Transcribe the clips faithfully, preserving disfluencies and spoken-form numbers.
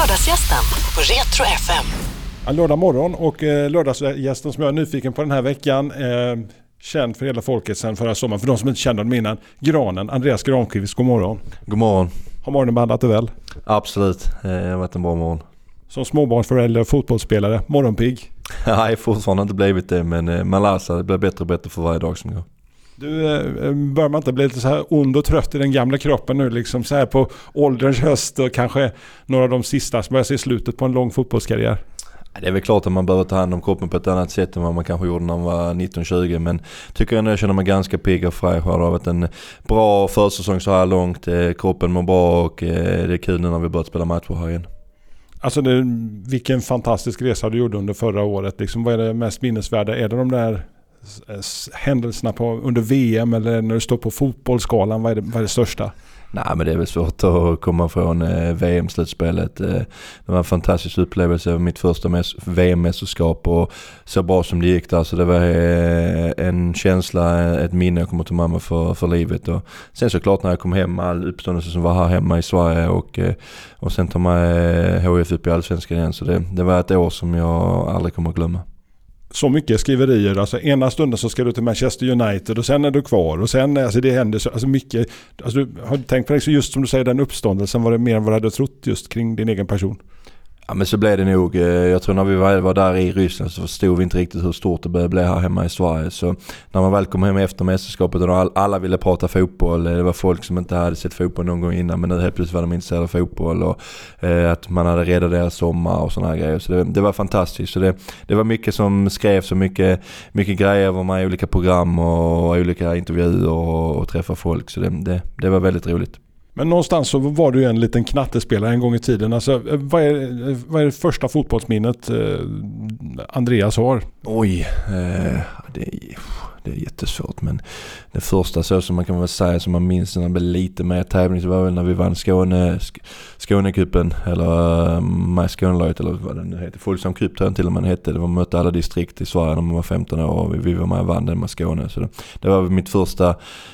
Lördagsgästen på Retro F M. Ja, lördag morgon och eh, lördagsgästen som jag är nyfiken på den här veckan, eh, känd för hela folket sedan förra sommaren, för de som inte kände honom innan, Granen, Andreas Granqvist, god morgon. God morgon. Har morgonen behandlat det väl? Absolut, det har varit en bra morgon. Som småbarnsförälder och fotbollsspelare, morgonpigg? Nej, fortfarande inte blivit det, men man lär sig, det blir bättre och bättre för varje dag som går. Du, eh, bör man inte bli lite så här ond och trött i den gamla kroppen nu, liksom så här på ålderns höst och kanske några av de sista som börjar se slutet på en lång fotbollskarriär? Det är väl klart att man behöver ta hand om kroppen på ett annat sätt än vad man kanske gjorde när man var nitton tjugo, men tycker jag nu jag känner mig ganska pigg och fräsch. Det har varit en bra försäsong så här långt, kroppen mår bra och det är kul nu när vi börjat spela matcher här igen. Alltså det, vilken fantastisk resa du gjorde under förra året. Liksom, vad är det mest minnesvärda? Är det de där händelserna på, under V M eller när du står på fotbollsskalan? Vad är det, vad är det största? Nej, men det är väl svårt att komma från eh, V M-slutspelet. Eh, det var en fantastisk upplevelse av mitt första mes- V M-mästerskap och så bra som det gick där. Så det var eh, en känsla, ett minne jag kommer ta med mig för, för livet. Och sen såklart när jag kom hem, all uppståndelse som var här hemma i Sverige och, eh, och sen ta med H F upp i Allsvenskan igen. Så det, det var ett år som jag aldrig kommer att glömma. Så mycket skriverier, alltså ena stunden så ska du till Manchester United och sen är du kvar och sen, alltså det händer så alltså mycket, alltså du har tänkt på det, just som du säger, den uppståndelsen, var det mer än vad du hade trott just kring din egen person? Ja, men så blev det nog. Jag tror när vi var, var där i Ryssland så förstod vi inte riktigt hur stort det började bli här hemma i Sverige. Så när man väl kom hem efter mästerskapet och all, alla ville prata fotboll, det var folk som inte hade sett fotboll någon gång innan, men nu helt plötsligt var de intresserade av fotboll och eh, att man hade räddat deras sommar och såna här grejer. Så det, det var fantastiskt. Så det, det var mycket som skrevs och mycket, mycket grejer var med i olika program och olika intervjuer och, och träffa folk. Så det, det, det var väldigt roligt. Men någonstans så var du ju en liten knattespelare en gång i tiden. Alltså, vad, är, vad är det första fotbollsminnet eh, Andreas har? Oj, eh, det, är, det är jättesvårt. Men det första så som man kan väl säga som man minns när man blev lite mer tävling så var väl när vi vann Skåne, Skånekuppen eller uh, My Skånelaget eller vad den heter. Folksam Cup tror jag till och med hette. Det var mötte alla distrikt i Sverige när man var femton år och vi, vi var med och vann den med Skåne. Så det, det var mitt första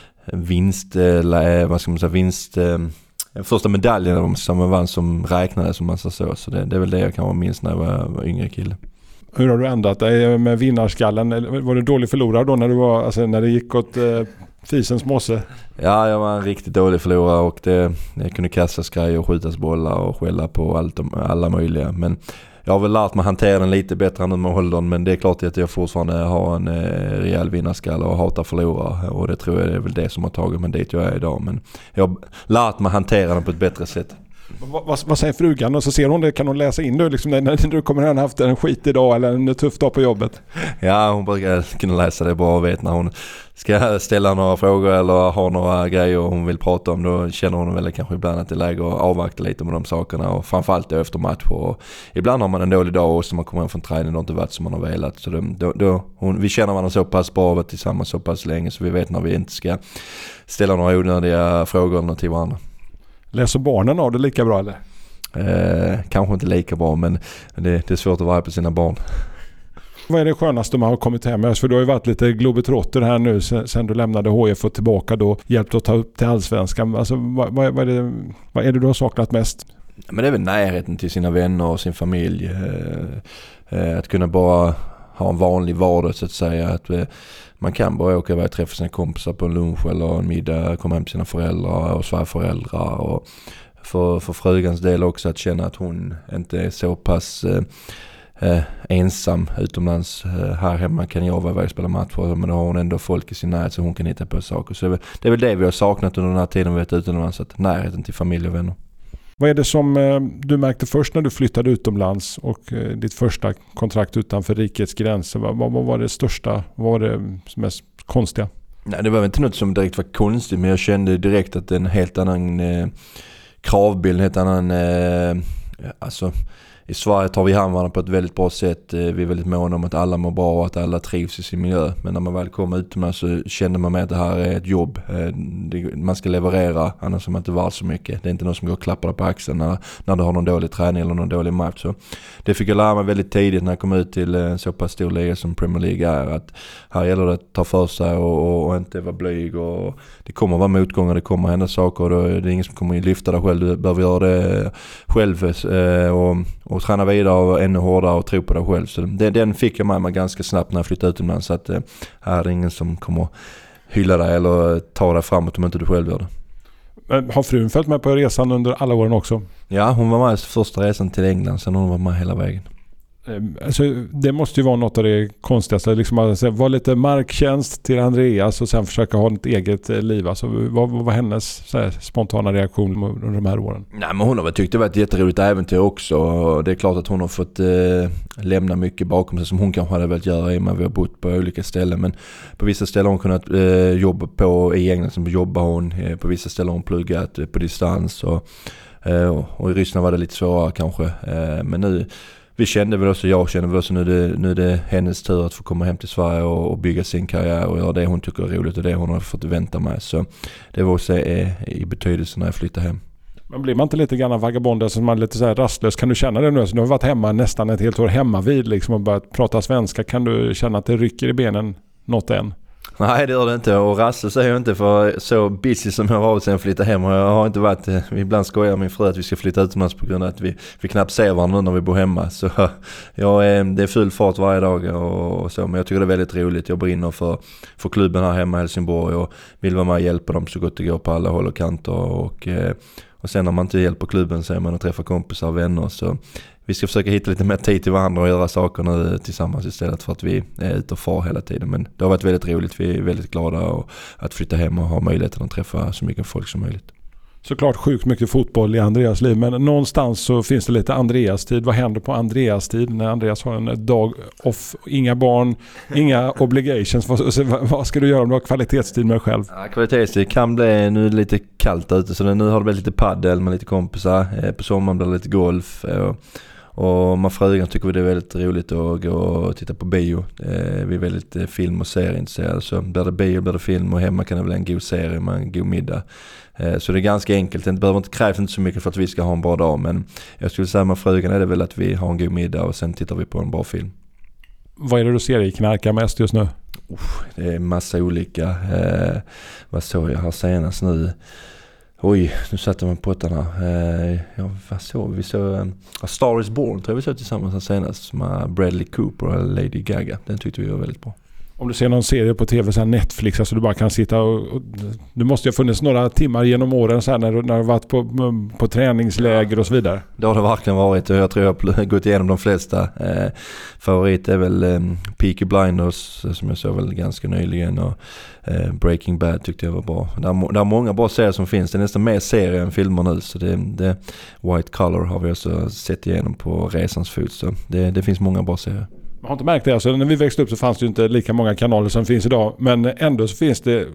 vinst, eller vad ska man säga, vinst, eh, första medaljen som man vann som räknades som man sa så. Så det, det är väl det jag kan minnas när jag var, var yngre kille. Hur har du ändrat dig med vinnarskallen? Var du dålig förlorare då när du var, alltså när det gick åt eh, fisens mosse? Ja, jag var en riktigt dålig förlorare och det, jag kunde kastas grejer och skjutas bollar och skälla på allt, alla möjliga. Men jag har väl lärt mig hantera den lite bättre än med åldern, men det är klart att jag fortfarande har en eh, rejäl vinnarskalle och hatar förlorare och det tror jag är väl det som har tagit mig dit jag är idag. Men jag har lärt mig hantera den på ett bättre sätt. Vad, vad, vad säger frugan? Och så ser hon det, kan hon läsa in det liksom, när, när du kommer hem haft en skit idag eller en tuff dag på jobbet? Ja, hon brukar kunna läsa det bra och vet när hon ska ställa några frågor eller ha några grejer hon vill prata om. Då känner hon väl kanske ibland att det är läge att avvakta lite med de sakerna och framförallt efter match. Och ibland har man en dålig dag och så man kommer hem från träning och inte varit som man har velat. Så då, då, hon, vi känner varandra så pass bra och varit tillsammans så pass länge så vi vet när vi inte ska ställa några onödiga frågor till varandra. Läser barnen av det lika bra eller? Eh, kanske inte lika bra, men det, det är svårt att vara på sina barn. Vad är det skönaste man har kommit hem med? För du har ju varit lite globetrotter här nu sen, sen du lämnade H F och tillbaka då, hjälpt att ta upp till Allsvenskan. Alltså, vad, vad, vad, är det, vad är det du har saknat mest? Men det är väl närheten till sina vänner och sin familj. Eh, att kunna bara ha en vanlig vardag så att säga. Att eh, man kan bara åka iväg och träffa sina kompisar på en lunch eller en middag, komma hem till sina föräldrar och svärföräldrar. Och för, för frugans del också att känna att hon inte är så pass eh, eh, ensam utomlands. Eh, här hemma kan jag vara iväg och spela matcher, men då har hon ändå folk i sin närhet så hon kan hitta på saker. Så det är, väl, det är väl det vi har saknat under den här tiden vi varit utomlands, att närheten till familj och vänner. Vad är det som eh, du märkte först när du flyttade utomlands och eh, ditt första kontrakt utanför rikets gränser? Vad, vad, vad var det största? Vad var det mest konstiga? Nej, det var inte något som direkt var konstigt, men jag kände direkt att det är en helt annan eh, kravbild, en helt annan eh, alltså i Sverige tar vi hand om varandra på ett väldigt bra sätt. Vi är väldigt måna om att alla mår bra och att alla trivs i sin miljö. Men när man väl kommer utomlands så känner man med att det här är ett jobb. Man ska leverera, annars är man inte värd så mycket. Det är inte någon som går och klappar på axeln när, när du har någon dålig träning eller någon dålig match. Så det fick jag lära mig väldigt tidigt när jag kom ut till en så pass stor liga som Premier League är. Att här gäller det att ta för sig och, och, och inte vara blyg. Och det kommer vara motgångar, det kommer hända saker. Och det är ingen som kommer lyfta dig själv. Du behöver göra det själv och, och träna vidare och ännu hårdare och tro på dig själv. Så det, den fick jag med mig ganska snabbt när jag flyttade utomlands. Så att här är det ingen som kommer hylla dig eller ta dig framåt om inte du själv gör det. Men har frun följt med på resan under alla åren också? Ja, hon var med första resan till England, sen hon var med hela vägen. Alltså, det måste ju vara något av det konstigaste. Liksom att vara lite marktjänst till Andreas och sen försöka ha ett eget liv. Alltså, vad var hennes så här, spontana reaktion under de här åren? Nej, men hon har väl tyckt det var ett jätteroligt äventyr också. Det är klart att hon har fått eh, lämna mycket bakom sig som hon kanske hade velat göra i och med att vi har bott på olika ställen. Men på vissa ställen har hon kunnat eh, jobba på i England, som jobbar hon. Eh, på vissa ställen har hon pluggat eh, på distans. Och, eh, och i Ryssland var det lite svårare kanske. Eh, men nu... Vi kände väl också, jag kände väl också nu är det, nu är det hennes tur att få komma hem till Sverige och, och bygga sin karriär och göra det hon tycker är roligt och det hon har fått vänta med. Så det var också i, i betydelse när jag flyttade hem. Men blir man inte lite grann vagabond, alltså man är lite så här rastlös? Kan du känna det nu? Så du har varit hemma nästan ett helt år hemma vid liksom och börjat prata svenska. Kan du känna att det rycker i benen något än? Nej, det gör det inte. Och Rasse säger jag inte, för så busy som jag har varit sen jag flyttade hem. Och jag har inte varit, ibland skojar min fru att vi ska flytta utomlands på grund av att vi, vi knappt ser varandra när vi bor hemma. Så ja, det är full fart varje dag och så. Men jag tycker det är väldigt roligt. Jag brinner för, för klubben här hemma i Helsingborg och vill vara med och hjälpa dem så gott det går på alla håll och kanter. Och, och sen när man inte hjälper klubben så är man och träffar kompisar och vänner. Så vi ska försöka hitta lite mer tid till varandra och göra saker nu tillsammans istället för att vi är ute och far hela tiden. Men det har varit väldigt roligt. Vi är väldigt glada och att flytta hem och ha möjligheten att träffa så mycket folk som möjligt. Såklart sjukt mycket fotboll i Andreas liv, men någonstans så finns det lite Andreas-tid. Vad händer på Andreas-tid när Andreas har en dag off? Inga barn, inga obligations. Vad, vad ska du göra om du har kvalitetstid med dig själv? Ja, kvalitetstid kan bli, nu är det lite kallt ute så nu har det blivit lite paddel med lite kompisar. På sommaren blir det lite golf och Och med frugan tycker vi det är väldigt roligt att gå och titta på bio. Eh, vi är väldigt eh, film- och serieintresserade. Så blir det bio, blir det film och hemma kan det bli en god serie med en god middag. Eh, så det är ganska enkelt. Det behöver inte krävas inte så mycket för att vi ska ha en bra dag. Men jag skulle säga med frugan är det väl att vi har en god middag och sen tittar vi på en bra film. Vad är det du ser i knarka mest just nu? Uff, det är massa olika. Eh, vad såg jag här senast nu? Oj, nu satt jag med pottarna. Eh, ja, vad såg vi? Så, uh, A Star is Born tror jag vi såg tillsammans här senast med Bradley Cooper och Lady Gaga. Den tyckte vi var väldigt bra. Om du ser någon serie på tv, så här Netflix, alltså du bara kan sitta och, och du måste ju ha funnits några timmar genom åren så här, när, när du har varit på, på träningsläger och så vidare. Det har det verkligen varit och jag tror jag har gått igenom de flesta. Eh, favorit är väl eh, Peaky Blinders som jag såg väl ganska nyligen och eh, Breaking Bad tyckte jag var bra. Det är, det är många bra serier som finns. Det är nästan mer serier än filmer nu så det, det White Collar har vi också sett igenom på resans fot så det, det finns många bra serier. Jag har inte märkt det. Alltså, när vi växte upp så fanns det ju inte lika många kanaler som finns idag. Men ändå så finns det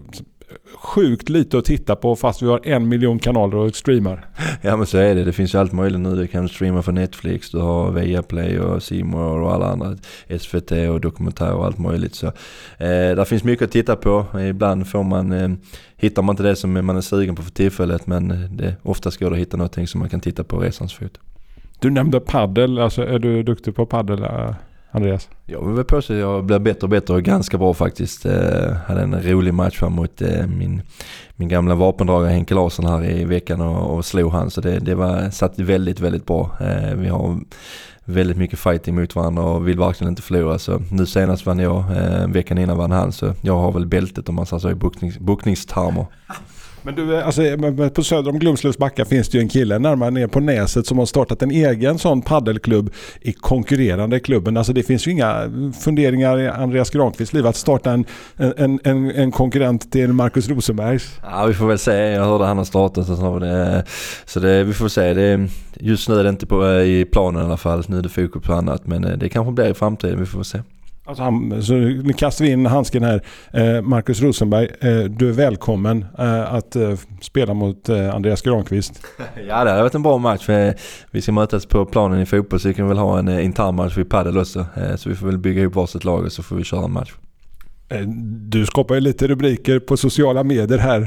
sjukt lite att titta på fast vi har en miljon kanaler och streamar. Ja men så är det. Det finns ju allt möjligt nu. Du kan streama för Netflix, du har Viaplay och C More och alla andra. S V T och dokumentär och allt möjligt. Så, eh, där finns mycket att titta på. Ibland får man, eh, hittar man inte det som man är sugen på för tillfället. Men det, oftast går det att hitta någonting som man kan titta på resans fot. Du nämnde paddel. Alltså, är du duktig på paddel? Andreas? Jag vill på sig jag blev bättre och bättre och ganska bra faktiskt. Eh, hade en rolig match fram mot eh, min, min gamla vapendragare Henke Larsson här i veckan och, och slog han. Så det, det var satt väldigt, väldigt bra. Eh, vi har väldigt mycket fighting mot varandra och vill verkligen inte förlora. Så nu senast vann jag, eh, veckan innan vann han. Så jag har väl bältet om man säger så i boknings, bokningstermer. Men du, alltså, på söder om Glumslövs backa finns det ju en kille närmare ner på Näset som har startat en egen sån paddelklubb i konkurrerande klubben. Alltså det finns ju inga funderingar i Andreas Granqvists liv att starta en, en, en, en konkurrent till Marcus Rosenbergs. Ja, vi får väl se. Jag hörde han har startat och så det, så det, vi får se. Det, just nu är det inte på, i planen i alla fall. Nu är det fokus på annat men det kanske blir i framtiden. Vi får se. Alltså han, så nu kastar vi in handsken här. Eh, Marcus Rosenberg, eh, du är välkommen eh, att eh, spela mot eh, Andreas Granqvist. Ja, det har varit en bra match. För vi ska mötas på planen i fotboll, så vi kan väl ha en eh, intern match vid padel också. Eh, så vi får väl bygga ihop varsitt lag och så får vi köra en match. Eh, du skapar ju lite rubriker på sociala medier här.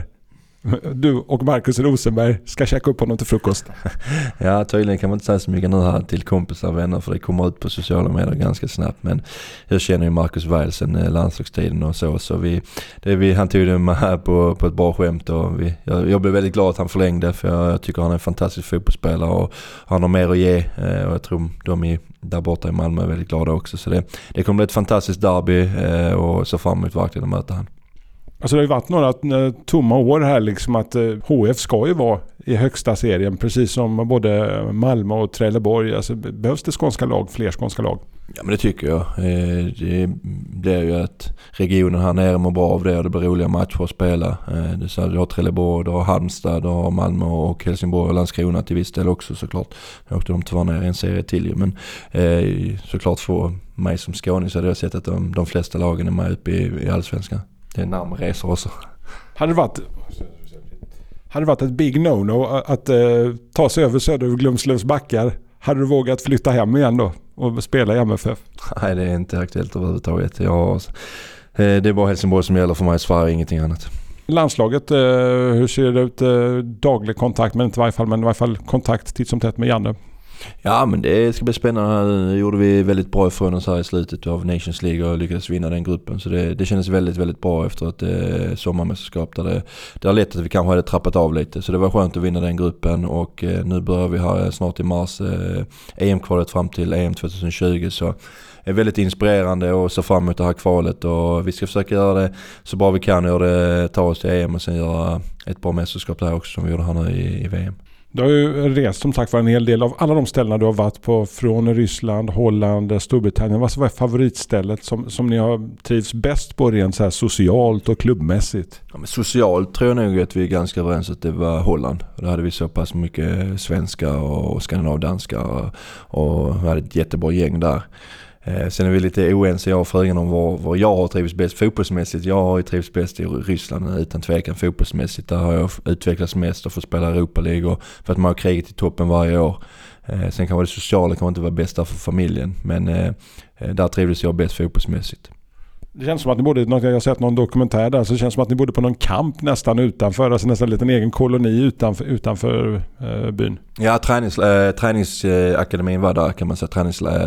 Du och Marcus Rosenberg ska käka upp honom till frukost. Ja, tydligen kan man inte säga så mycket nu här till kompisar och vänner, för det kommer ut på sociala medier ganska snabbt. Men jag känner ju Marcus väl sen landslagstiden och så. Så vi, det vi, han tog det med här på, på ett bra skämt. Och vi, jag, jag blev väldigt glad att han förlängde, för jag, jag tycker han är en fantastisk fotbollsspelare och han har mer att ge. Och jag tror de är där borta i Malmö är väldigt glada också. Så det, det kommer bli ett fantastiskt derby och så fram emot verkligen att möta han. Alltså det har ju varit några tomma år här liksom, att H F ska ju vara i högsta serien, precis som både Malmö och Trelleborg. Alltså behövs det skånska lag, fler skånska lag? Ja, men det tycker jag. Det blir ju att regionen här nere mår bra av det, och det blir roliga matcher att spela. Du har Trelleborg, du har Halmstad, du har Malmö och Helsingborg och Landskrona till viss del också såklart. Jag åkte de två ner i en serie till ju. Men såklart för mig som skåning så hade jag sett att de, de flesta lagen är med uppe i, i Allsvenskan. Det är närmare resor också. Hade det varit, hade det varit ett big no-no att, att uh, ta sig över söder över Glumslövs backar, hade du vågat flytta hem igen då och spela i M F F? Nej, det är inte aktuellt överhuvudtaget. Jag, det är bara Helsingborg som gäller för mig i Sverige, ingenting annat. Landslaget, uh, hur ser det ut? Uh, daglig kontakt, men inte i varje fall, men i varje fall kontakt titt som tätt med Janne. Ja, men det ska bli spännande. Det gjorde vi väldigt bra ifrån oss här i slutet av Nations League och lyckades vinna den gruppen. Så det, det kändes väldigt, väldigt bra efter ett eh, sommarmästerskap där det, det har lett att vi kanske hade trappat av lite. Så det var skönt att vinna den gruppen, och eh, nu börjar vi här snart i mars eh, E M-kvalet fram till E M tjugo tjugo. Så är väldigt inspirerande och så fram emot det här kvalet, och vi ska försöka göra det så bra vi kan, göra det, ta oss till E M och sen göra ett bra mästerskap där också som vi gjorde här nu i, i V M. Du har ju rest som sagt var en hel del av alla de ställena du har varit på, från Ryssland, Holland, Storbritannien. Vad är favoritstället som, som ni har trivs bäst på rent så här socialt och klubbmässigt? Ja, men socialt tror jag nog att vi är ganska överens att det var Holland. Där hade vi så pass mycket svenska och skandinavdanska och, och vi hade ett jättebra gäng där. Eh, sen är vi lite oense, jag och frugan, om var, var jag har trivits bäst fotbollsmässigt. Jag har ju trivits bäst i Ryssland utan tvekan fotbollsmässigt. Där har jag utvecklats mest och fått spela Europa League, och för att man har kriget i toppen varje år. Eh, sen kan det sociala kan inte vara bästa för familjen, men eh, där trivdes jag bäst fotbollsmässigt. Det känns som att ni bodde, jag har sett någon dokumentär där, så det känns som att ni bodde på någon kamp nästan utanför, alltså nästan en liten egen koloni utanför, utanför eh, byn. Ja, tränings, äh, träningsakademin var där kan man säga.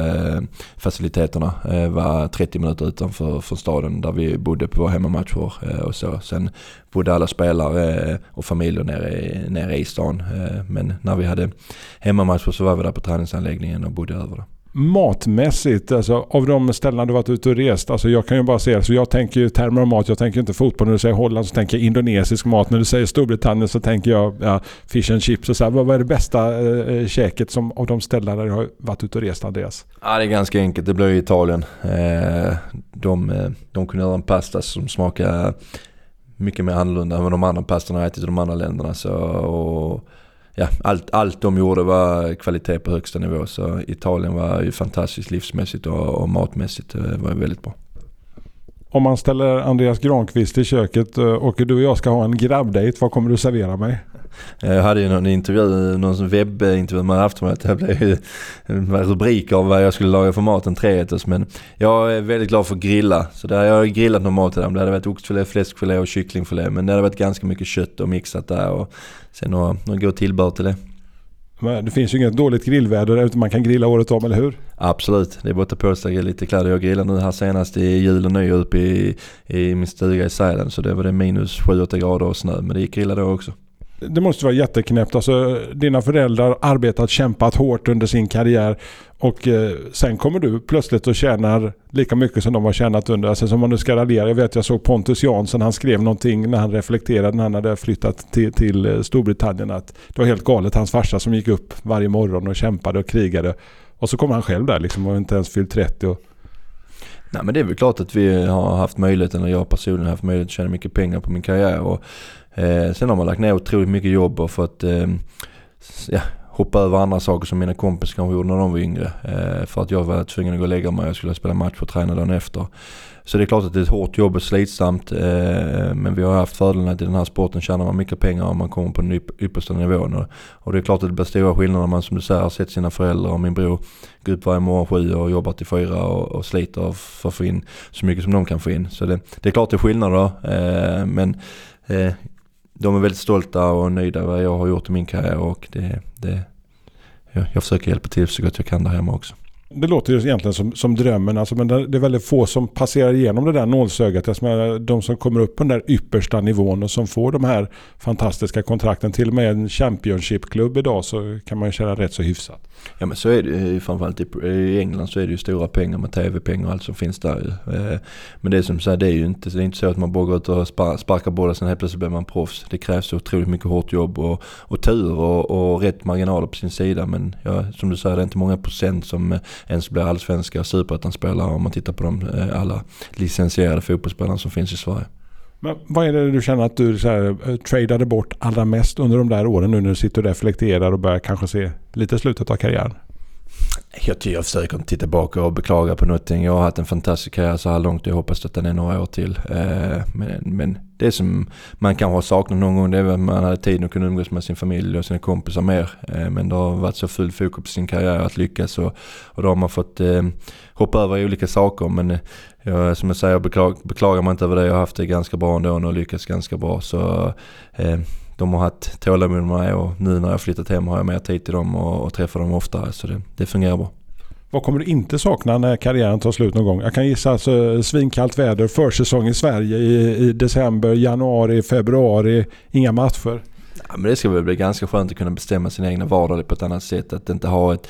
Träningsfaciliteterna äh, var trettio minuter utanför från staden där vi bodde på hemmamatcher äh, och så. Sen bodde alla spelare äh, och familjer nere, nere i stan. Äh, men när vi hade hemmamatcher så var vi där på träningsanläggningen och bodde över det. Matmässigt, alltså av de ställena du varit ute och rest, alltså jag kan ju bara säga, så jag tänker ju termer av mat, jag tänker inte fotboll. När du säger Holland så tänker jag indonesisk mat, när du säger Storbritannien så tänker jag ja, fish and chips och så här. Vad är det bästa eh, käket som, av de ställena där du har varit ute och rest, Andreas? Ja, det är ganska enkelt, det blir ju Italien. Eh, de, de kunde göra en pasta som smakar mycket mer annorlunda än de andra pastorna jag ätit i de andra länderna, så och ja, allt, allt de gjorde var kvalitet på högsta nivå, så Italien var ju fantastiskt livsmässigt och, och matmässigt var väldigt bra. Om man ställer Andreas Granqvist i köket och du och jag ska ha en grabbdate, vad kommer du servera mig? Jag hade ju någon intervju, någon webbintervju med Aftonbladet. Det blev ju en rubrik av vad jag skulle laga för maten, trerätters. Men jag är väldigt glad för att grilla. Så där jag har grillat normalt till dem. Det hade varit oxfilé, fläskfilé och kycklingfilé. Men det hade varit ganska mycket kött och mixat där. Och sen några, några god tillbehör till det. Men det finns ju inget dåligt grillväder utan man kan grilla året om, eller hur? Absolut, det är bara att ta på sig lite kläder. Jag grillar nu här senast i jul och nyår uppe i, i min stuga i Sälen. Så det var det minus sju åtta grader och snö. Men det gick grilla då också. Det måste vara jätteknäppt. Alltså, dina föräldrar har arbetat, kämpat hårt under sin karriär och eh, sen kommer du plötsligt och tjänar lika mycket som de har tjänat under. Alltså, som man nu ska raljera. Jag vet, jag såg Pontus Jansson, han skrev någonting när han reflekterade när han hade flyttat till, till Storbritannien att det var helt galet, hans farsa som gick upp varje morgon och kämpade och krigade. Och så kommer han själv där liksom och inte ens fyllt trettio. Och... Nej, men det är väl klart att vi har haft möjligheten, och jag personligen har haft möjlighet att tjäna mycket pengar på min karriär. Och Eh, sen har man lagt ner otroligt mycket jobb och fått eh, ja, hoppa över andra saker som mina kompisar kanske gjorde när de var yngre. Eh, för att jag var tvungen att gå och lägga mig. Jag skulle spela match och träna dagen efter. Så det är klart att det är ett hårt jobb och slitsamt. Eh, men vi har haft fördelen att i den här sporten tjänar man mycket pengar om man kommer på den yp- yppersta nivån. Och, och det är klart att det blir stora skillnader när man, som du säger, har sett sina föräldrar och min bror gå upp varje morgon sju och jobbar till fyra och, och sliter för att få in så mycket som de kan få in. Så det, det är klart det är skillnader. Eh, men eh, de är väldigt stolta och nöjda vad jag har gjort i min karriär. Och det, det, jag, jag försöker hjälpa till så gott jag kan där hemma också. Det låter ju egentligen som, som drömmen, alltså, men det är väldigt få som passerar igenom det där nålsögat. Alltså, de som kommer upp på den där yppersta nivån och som får de här fantastiska kontrakten. Till och med en Championship-klubb idag så kan man ju känna rätt så hyfsat. Ja, men så är det framförallt i, i England, så är det ju stora pengar med tv-pengar och allt som finns där. Men det är som sagt, det är ju inte, det är inte så att man bara går ut och spar, sparkar båda, sen helt plötsligt blir man proffs. Det krävs så otroligt mycket hårt jobb och, och tur och, och rätt marginaler på sin sida. Men ja, som du säger, det är inte många procent som ens blir allsvenska superettan-spelare om man tittar på de alla licensierade fotbollsspelare som finns i Sverige. Men vad är det du känner att du så här, tradade bort allra mest under de där åren nu när du sitter och reflekterar och börjar kanske se lite slutet av karriären? Jag, jag försöker inte titta tillbaka och beklaga på någonting. Jag har haft en fantastisk karriär så här långt och jag hoppas att den är några år till. Eh, men, men det som man kan ha saknat någon gång, det är att man hade tid att kunna umgås med sin familj och sina kompisar mer. Eh, men det har varit så full fokus på sin karriär att lyckas och, och då har man fått eh, hoppa över olika saker. Men jag, som jag säger, jag beklag, beklagar man inte över det. Jag har haft det ganska bra ändå och lyckats ganska bra. Så eh, de har haft tålamod med mig och nu när jag flyttat hem har jag mer tid till dem och, och träffar dem oftare. Så det, det fungerar bra. Vad kommer du inte sakna när karriären tar slut någon gång? Jag kan gissa alltså, svinkallt väder, försäsong i Sverige i, i december, januari, februari, inga matcher. Ja, men det ska väl bli ganska skönt att kunna bestämma sin egna vardag på ett annat sätt. Att inte ha ett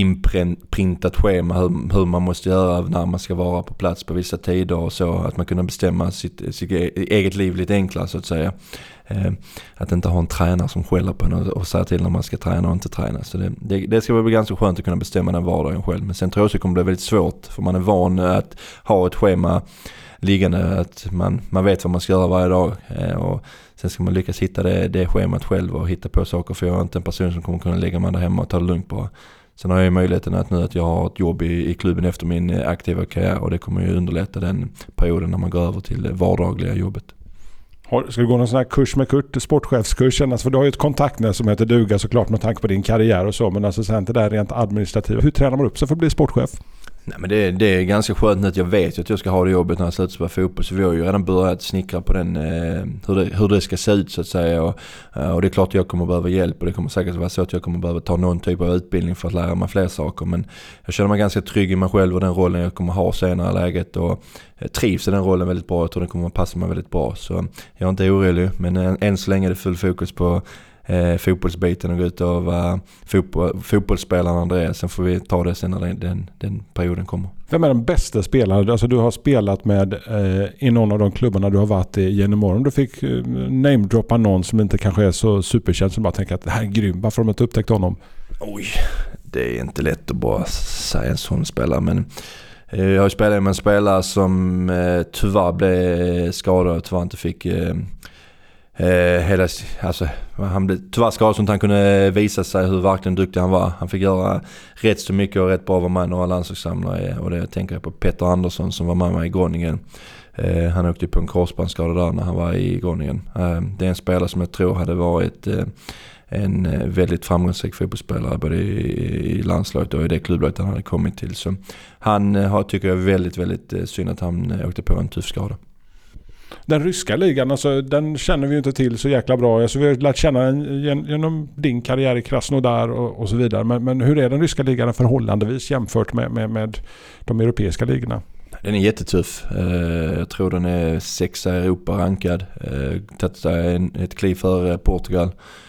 inprintat schema hur, hur man måste göra när man ska vara på plats på vissa tider och så. Att man kunna bestämma sitt, sitt eget liv lite enklare så att säga. Eh, att inte ha en tränare som skäller på en och, och säger till när man ska träna och inte träna. Så det, det, det ska väl bli ganska skönt att kunna bestämma den vardagen själv. Men sen tror jag också det kommer bli väldigt svårt för man är van att ha ett schema liggande, att man, man vet vad man ska göra varje dag eh, och sen ska man lyckas hitta det, det schemat själv och hitta på saker, för jag är inte en person som kommer kunna lägga mig där hemma och ta det lugnt bara. Sen har jag ju möjligheten att nu att jag har ett jobb i, i klubben efter min aktiva karriär och det kommer ju underlätta den perioden när man går över till det vardagliga jobbet. Ska du gå någon sån här kurs med Kurt, sportchefskursen? Alltså för du har ju ett kontaktnät som heter duga såklart med tanke på din karriär och så, men alltså sen det där rent administrativa. Hur tränar man upp sig för att bli sportchef? Nej, men det, det är ganska skönt att jag vet att jag ska ha det jobbet när jag slutar spela fotboll. Så vi har ju redan börjat snickra på den, eh, hur, det, hur det ska se ut så att säga. Och, och det är klart att jag kommer behöva hjälp och det kommer säkert vara så att jag kommer behöva ta någon typ av utbildning för att lära mig fler saker. Men jag känner mig ganska trygg i mig själv och den rollen jag kommer ha senare i läget. Och jag trivs i den rollen väldigt bra. Jag tror den kommer att passa mig väldigt bra. Så jag är inte orolig, men än, än så länge är det full fokus på Eh, fotbollsbiten och gå ut och vara fotboll, fotbollsspelaren Andreas. Sen får vi ta det sen när den, den, den perioden kommer. Vem är den bästa spelaren? Alltså du har spelat med eh, i någon av de klubbarna du har varit i genom åren. Om du fick eh, namedroppa någon som inte kanske är så superkänd som bara tänker att det här är grym. Varför har de inte upptäckt honom? Oj, det är inte lätt att bara säga en sån spelare, men eh, jag har spelat med en spelare som eh, tyvärr blev skadad och tyvärr inte fick eh, Eh, hela, alltså, han blev tyvärr skadad så att han kunde visa sig hur verkligen duktig han var. Han fick göra rätt så mycket och rätt bra var med några landslagssamlare, och det tänker jag på Petter Andersson som var med mig i Groningen. Eh, han åkte på en korsbandsskada där när han var i Groningen. Eh, det är en spelare som jag tror hade varit eh, en väldigt framgångsrik fotbollsspelare både i, i landslaget och i det klubblaget han hade kommit till. Så han har, tycker jag, väldigt, väldigt synd att han åkte på en tuff skada. Den ryska ligan, alltså, den känner vi ju inte till så jäkla bra. Alltså, vi har lärt känna den genom din karriär i Krasnodar och, och så vidare. Men, men hur är den ryska ligan förhållandevis jämfört med, med, med de europeiska ligorna? Den är jättetuff. Jag tror den är sexa i Europa rankad. Tagit ett kliv för Portugal.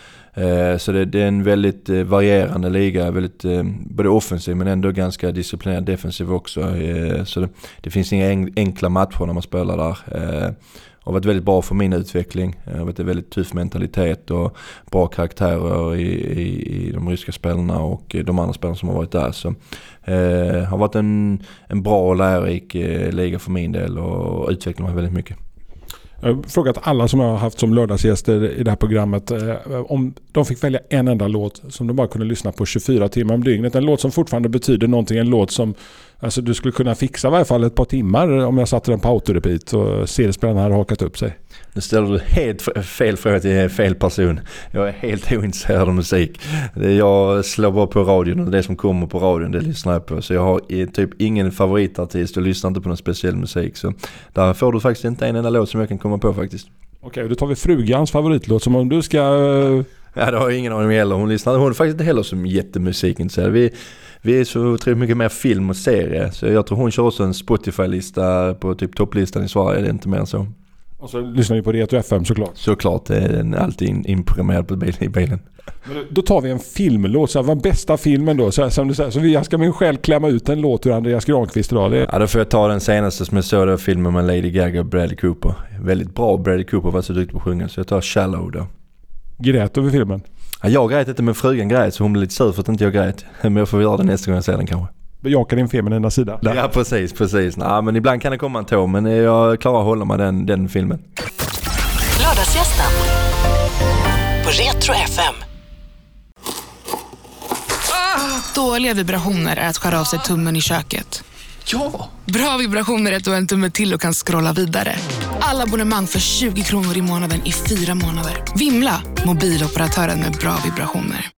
Så det, det är en väldigt varierande liga, väldigt både offensiv men ändå ganska disciplinerad defensiv också. Så det, det finns inga enkla matcher när man spelar där. Det har varit väldigt bra för min utveckling. Det har varit en väldigt tuff mentalitet och bra karaktärer i, i, i de ryska spelarna och de andra spelarna som har varit där. Så det har varit en, en bra och lärorik liga för min del och utvecklat mig väldigt mycket. Jag har frågat alla som jag har haft som lördagsgäster i det här programmet eh, om de fick välja en enda låt som de bara kunde lyssna på tjugofyra timmar om dygnet. En låt som fortfarande betyder någonting. En låt som alltså, du skulle kunna fixa i varje fall ett par timmar om jag satte den på autorepeat och C D-spelaren hade hakat upp sig. Nu ställer du helt fel fråga till fel person. Jag är helt ointresserad av musik. Jag slår bara på radion och det som kommer på radion det lyssnar jag på. Så jag har typ ingen favoritartist och lyssnar inte på någon speciell musik. Så där får du faktiskt inte en enda låt som jag kan komma på faktiskt. Okej, då tar vi frugans favoritlåt som om du ska... Ja, det har jag ingen aning om heller. Hon lyssnar, hon är faktiskt inte heller som jättemusikintresserad. Vi, vi är så otroligt mycket mer film och serie. Så jag tror hon kör också en Spotify-lista på typ topplistan i Sverige. Det är inte mer än så. Och så lyssnar vi på Retro F M såklart. Såklart, det är alltid in, inprogrammerad på bil, i bilen. Men då tar vi en filmlåt. Så här, vad bästa filmen då? Så här, som du säger, så jag ska min själv klämma ut en låt ur Andreas Granqvist idag. Det... Ja, då får jag ta den senaste som jag såg, det filmen med Lady Gaga och Bradley Cooper. Väldigt bra Bradley Cooper, var så duktig på att sjunga. Så jag tar Shallow då. Grät över filmen? Ja, jag grät inte, men frugan grät så hon blev lite sur för att inte jag grät. Men jag får göra det nästa gång jag ser den kanske. Bejakar din film med ena sida. Där. Ja, precis, precis. Nej, men ibland kan det komma en tår, men jag klarar att hålla med den, den filmen. Lördagsgästen på Retro F M. Dåliga vibrationer är att skära av sig tummen i köket. Ja! Bra vibrationer är att du har en tumme till och kan scrolla vidare. Alla abonnemang för tjugo kronor i månaden i fyra månader. Vimla, mobiloperatören med bra vibrationer.